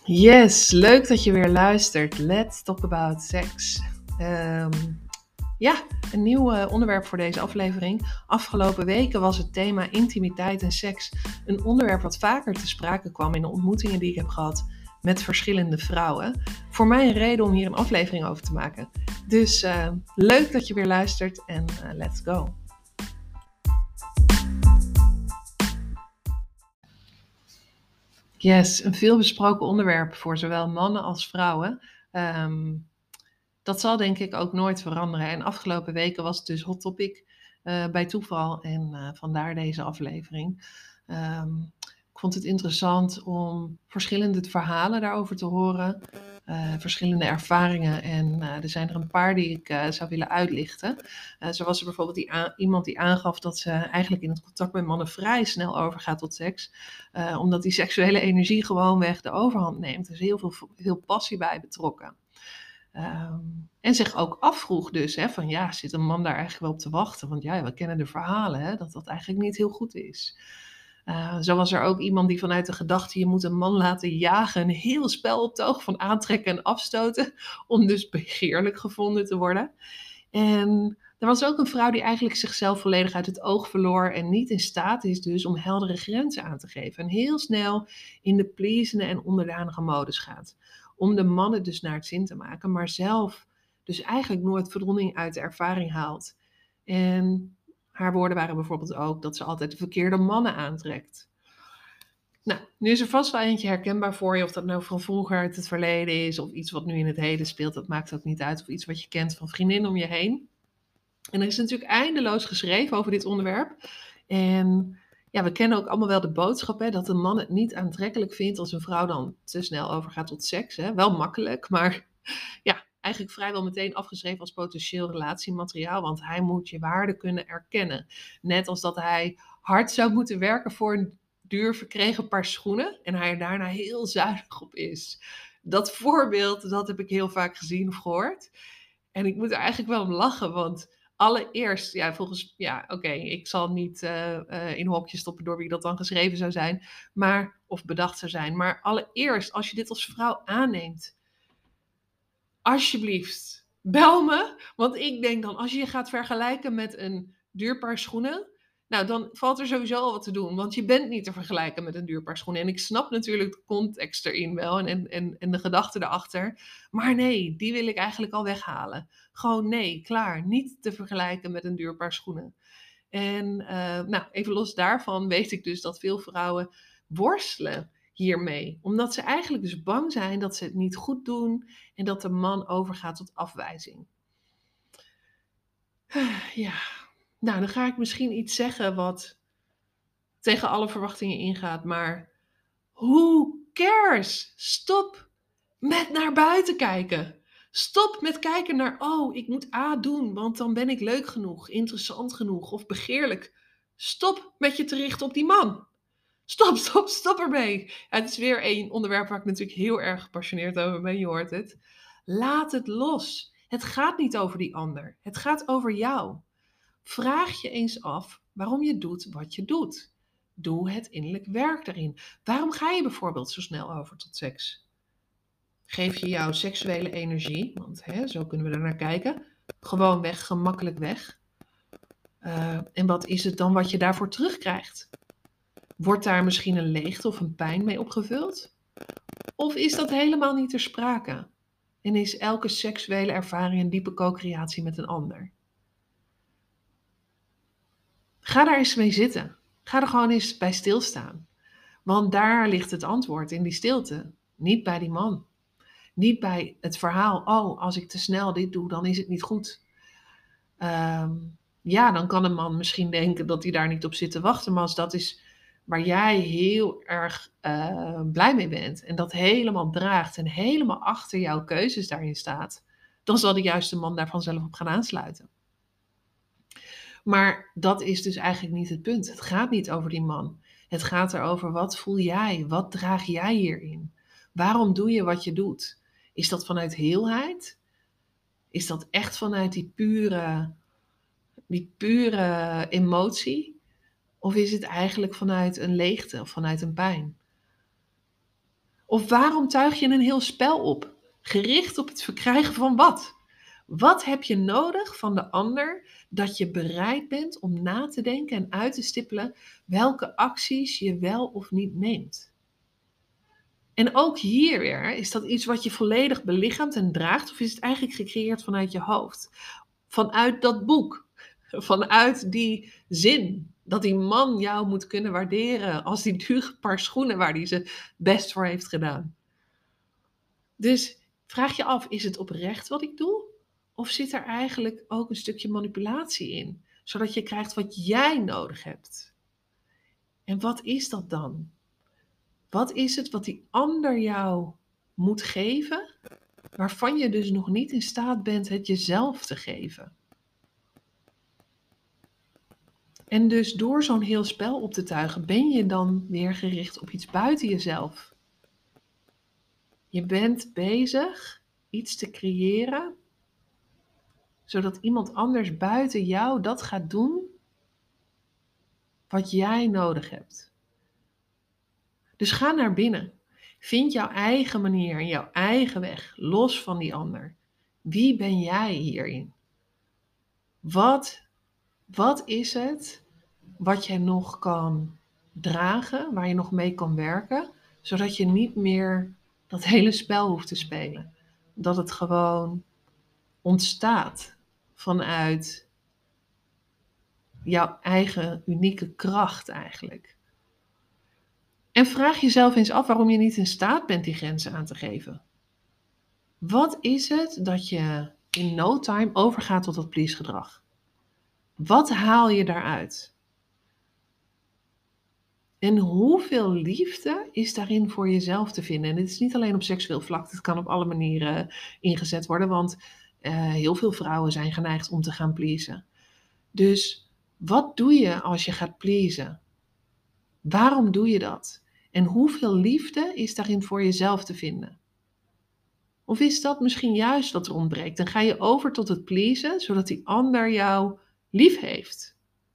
Yes, leuk dat je weer luistert. Let's talk about sex. Ja, een nieuw onderwerp voor deze aflevering. Afgelopen weken was het thema intimiteit en seks een onderwerp wat vaker te sprake kwam in de ontmoetingen die ik heb gehad met verschillende vrouwen. Voor mij een reden om hier een aflevering over te maken. Dus leuk dat je weer luistert en let's go. Yes, een veelbesproken onderwerp voor zowel mannen als vrouwen. Dat zal denk ik ook nooit veranderen. En afgelopen weken was het dus hot topic bij toeval en vandaar deze aflevering. Ik vond het interessant om verschillende verhalen daarover te horen, verschillende ervaringen. En er zijn er een paar die ik zou willen uitlichten. Zo was er bijvoorbeeld iemand die aangaf dat ze eigenlijk in het contact met mannen vrij snel overgaat tot seks. Omdat die seksuele energie gewoonweg de overhand neemt. Er is heel veel passie bij betrokken. En zich ook afvroeg dus, van ja, zit een man daar eigenlijk wel op te wachten? Want ja, we kennen de verhalen, dat dat eigenlijk niet heel goed is. Zo was er ook iemand die vanuit de gedachte, je moet een man laten jagen, een heel spel op het oog van aantrekken en afstoten, om dus begeerlijk gevonden te worden. En er was ook een vrouw die eigenlijk zichzelf volledig uit het oog verloor en niet in staat is dus om heldere grenzen aan te geven. En heel snel in de pleasende en onderdanige modus gaat. Om de mannen dus naar het zin te maken, maar zelf dus eigenlijk nooit voldoening uit de ervaring haalt. En haar woorden waren bijvoorbeeld ook dat ze altijd de verkeerde mannen aantrekt. Nou, nu is er vast wel eentje herkenbaar voor je, of dat nou van vroeger uit het verleden is, of iets wat nu in het heden speelt, dat maakt ook niet uit, of iets wat je kent van vriendinnen om je heen. En er is natuurlijk eindeloos geschreven over dit onderwerp. En ja, we kennen ook allemaal wel de boodschap, dat een man het niet aantrekkelijk vindt als een vrouw dan te snel overgaat tot seks. Wel makkelijk, maar ja, eigenlijk vrijwel meteen afgeschreven als potentieel relatiemateriaal, want hij moet je waarde kunnen erkennen. Net als dat hij hard zou moeten werken voor een duur verkregen paar schoenen en hij er daarna heel zuinig op is. Dat voorbeeld, dat heb ik heel vaak gezien of gehoord. En ik moet er eigenlijk wel om lachen, want allereerst, ik zal niet in hokjes stoppen door wie dat dan geschreven zou zijn, of bedacht zou zijn. Maar allereerst, als je dit als vrouw aanneemt, alsjeblieft, bel me. Want ik denk dan, als je je gaat vergelijken met een duur paar schoenen, nou, dan valt er sowieso al wat te doen. Want je bent niet te vergelijken met een duur paar schoenen. En ik snap natuurlijk de context erin wel en de gedachte erachter. Maar nee, die wil ik eigenlijk al weghalen. Gewoon nee, klaar. Niet te vergelijken met een duur paar schoenen. En even los daarvan weet ik dus dat veel vrouwen worstelen hiermee. Omdat ze eigenlijk dus bang zijn dat ze het niet goed doen en dat de man overgaat tot afwijzing. Ja, nou dan ga ik misschien iets zeggen wat tegen alle verwachtingen ingaat, maar who cares? Stop met naar buiten kijken. Stop met kijken naar, oh, ik moet A doen, want dan ben ik leuk genoeg, interessant genoeg of begeerlijk. Stop met je te richten op die man. Stop ermee. Ja, het is weer een onderwerp waar ik natuurlijk heel erg gepassioneerd over ben, je hoort het. Laat het los. Het gaat niet over die ander. Het gaat over jou. Vraag je eens af waarom je doet wat je doet. Doe het innerlijk werk erin. Waarom ga je bijvoorbeeld zo snel over tot seks? Geef je jouw seksuele energie, want zo kunnen we er naar kijken, gewoon weg, gemakkelijk weg. En wat is het dan wat je daarvoor terugkrijgt? Wordt daar misschien een leegte of een pijn mee opgevuld? Of is dat helemaal niet ter sprake? En is elke seksuele ervaring een diepe co-creatie met een ander? Ga daar eens mee zitten. Ga er gewoon eens bij stilstaan. Want daar ligt het antwoord, in die stilte. Niet bij die man. Niet bij het verhaal, oh, als ik te snel dit doe, dan is het niet goed. Dan kan een man misschien denken dat hij daar niet op zit te wachten. Maar als dat is waar jij heel erg blij mee bent en dat helemaal draagt en helemaal achter jouw keuzes daarin staat, dan zal de juiste man daar vanzelf op gaan aansluiten. Maar dat is dus eigenlijk niet het punt. Het gaat niet over die man. Het gaat erover, wat voel jij? Wat draag jij hierin? Waarom doe je wat je doet? Is dat vanuit heelheid? Is dat echt vanuit die pure emotie? Of is het eigenlijk vanuit een leegte of vanuit een pijn? Of waarom tuig je een heel spel op? Gericht op het verkrijgen van wat? Wat heb je nodig van de ander dat je bereid bent om na te denken en uit te stippelen welke acties je wel of niet neemt? En ook hier weer, is dat iets wat je volledig belichaamt en draagt, of is het eigenlijk gecreëerd vanuit je hoofd? Vanuit dat boek, vanuit die zin, dat die man jou moet kunnen waarderen als die dure paar schoenen waar hij ze best voor heeft gedaan. Dus vraag je af, is het oprecht wat ik doe? Of zit er eigenlijk ook een stukje manipulatie in, zodat je krijgt wat jij nodig hebt? En wat is dat dan? Wat is het wat die ander jou moet geven, waarvan je dus nog niet in staat bent het jezelf te geven? En dus door zo'n heel spel op te tuigen, ben je dan weer gericht op iets buiten jezelf. Je bent bezig iets te creëren, zodat iemand anders buiten jou dat gaat doen wat jij nodig hebt. Dus ga naar binnen. Vind jouw eigen manier en jouw eigen weg, los van die ander. Wie ben jij hierin? Wat is het wat jij nog kan dragen, waar je nog mee kan werken, zodat je niet meer dat hele spel hoeft te spelen? Dat het gewoon ontstaat vanuit jouw eigen unieke kracht eigenlijk. En vraag jezelf eens af waarom je niet in staat bent die grenzen aan te geven. Wat is het dat je in no time overgaat tot dat please gedrag? Wat haal je daaruit? En hoeveel liefde is daarin voor jezelf te vinden? En dit is niet alleen op seksueel vlak, het kan op alle manieren ingezet worden, want heel veel vrouwen zijn geneigd om te gaan pleasen. Dus wat doe je als je gaat pleasen? Waarom doe je dat? En hoeveel liefde is daarin voor jezelf te vinden? Of is dat misschien juist wat er ontbreekt? Dan ga je over tot het pleasen, zodat die ander jou lief heeft.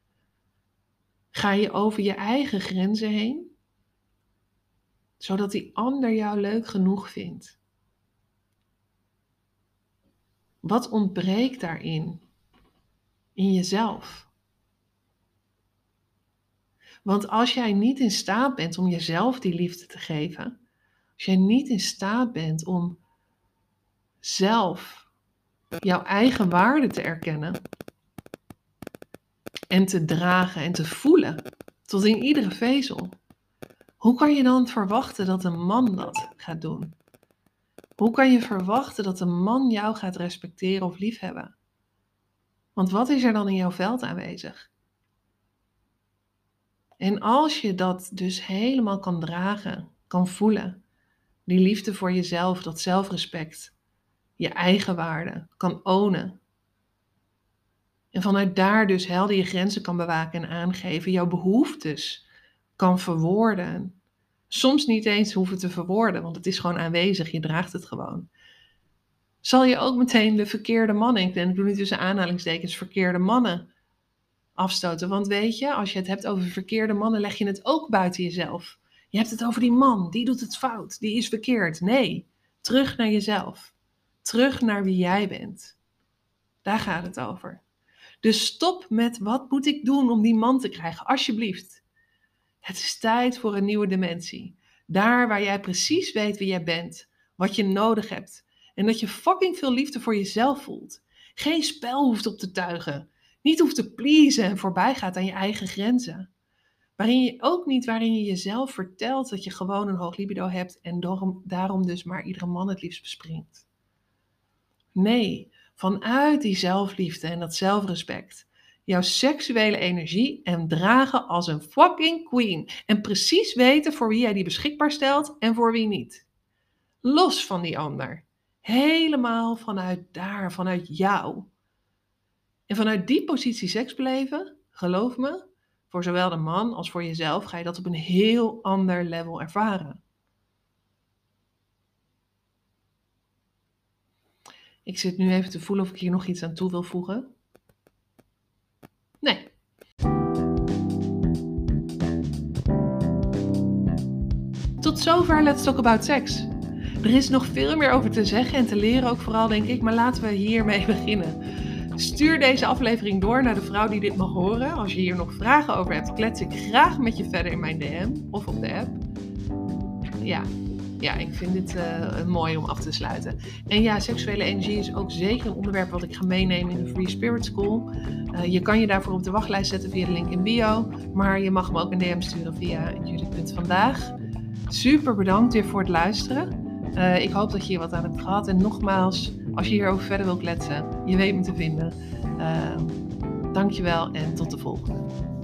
Ga je over je eigen grenzen heen, zodat die ander jou leuk genoeg vindt. Wat ontbreekt daarin? In jezelf. Want als jij niet in staat bent om jezelf die liefde te geven, als jij niet in staat bent om zelf jouw eigen waarde te erkennen en te dragen en te voelen tot in iedere vezel, hoe kan je dan verwachten dat een man dat gaat doen? Hoe kan je verwachten dat een man jou gaat respecteren of liefhebben? Want wat is er dan in jouw veld aanwezig? En als je dat dus helemaal kan dragen, kan voelen, die liefde voor jezelf, dat zelfrespect, je eigen waarde, kan ownen. En vanuit daar dus helder je grenzen kan bewaken en aangeven, jouw behoeftes kan verwoorden. Soms niet eens hoeven te verwoorden, want het is gewoon aanwezig, je draagt het gewoon. Zal je ook meteen de verkeerde mannen, ik doe nu tussen aanhalingstekens verkeerde mannen, afstoten. Want weet je, als je het hebt over verkeerde mannen, leg je het ook buiten jezelf. Je hebt het over die man, die doet het fout, die is verkeerd. Nee, terug naar jezelf. Terug naar wie jij bent. Daar gaat het over. Dus stop met wat moet ik doen om die man te krijgen, alsjeblieft. Het is tijd voor een nieuwe dimensie. Daar waar jij precies weet wie jij bent, wat je nodig hebt. En dat je fucking veel liefde voor jezelf voelt. Geen spel hoeft op te tuigen. Niet hoeft te pleasen en voorbij gaat aan je eigen grenzen. Waarin je jezelf vertelt dat je gewoon een hoog libido hebt en daarom dus maar iedere man het liefst bespringt. Nee, vanuit die zelfliefde en dat zelfrespect. Jouw seksuele energie en dragen als een fucking queen. En precies weten voor wie jij die beschikbaar stelt en voor wie niet. Los van die ander. Helemaal vanuit daar, vanuit jou. En vanuit die positie seks beleven, geloof me, voor zowel de man als voor jezelf ga je dat op een heel ander level ervaren. Ik zit nu even te voelen of ik hier nog iets aan toe wil voegen. Nee. Tot Tot zover Let's Talk About Sex. Er is nog veel meer over te zeggen en te leren ook vooral, denk ik, maar laten we hiermee beginnen. Stuur deze aflevering door naar de vrouw die dit mag horen. Als je hier nog vragen over hebt, klets ik graag met je verder in mijn DM of op de app. Ja, ik vind dit mooi om af te sluiten. En ja, seksuele energie is ook zeker een onderwerp wat ik ga meenemen in de Free Spirit School. Je kan je daarvoor op de wachtlijst zetten via de link in bio. Maar je mag me ook een DM sturen via judith.vandaag. Super bedankt weer voor het luisteren. Ik hoop dat je hier wat aan hebt gehad. En nogmaals, als je hierover verder wil kletsen, je weet me te vinden. Dankjewel en tot de volgende.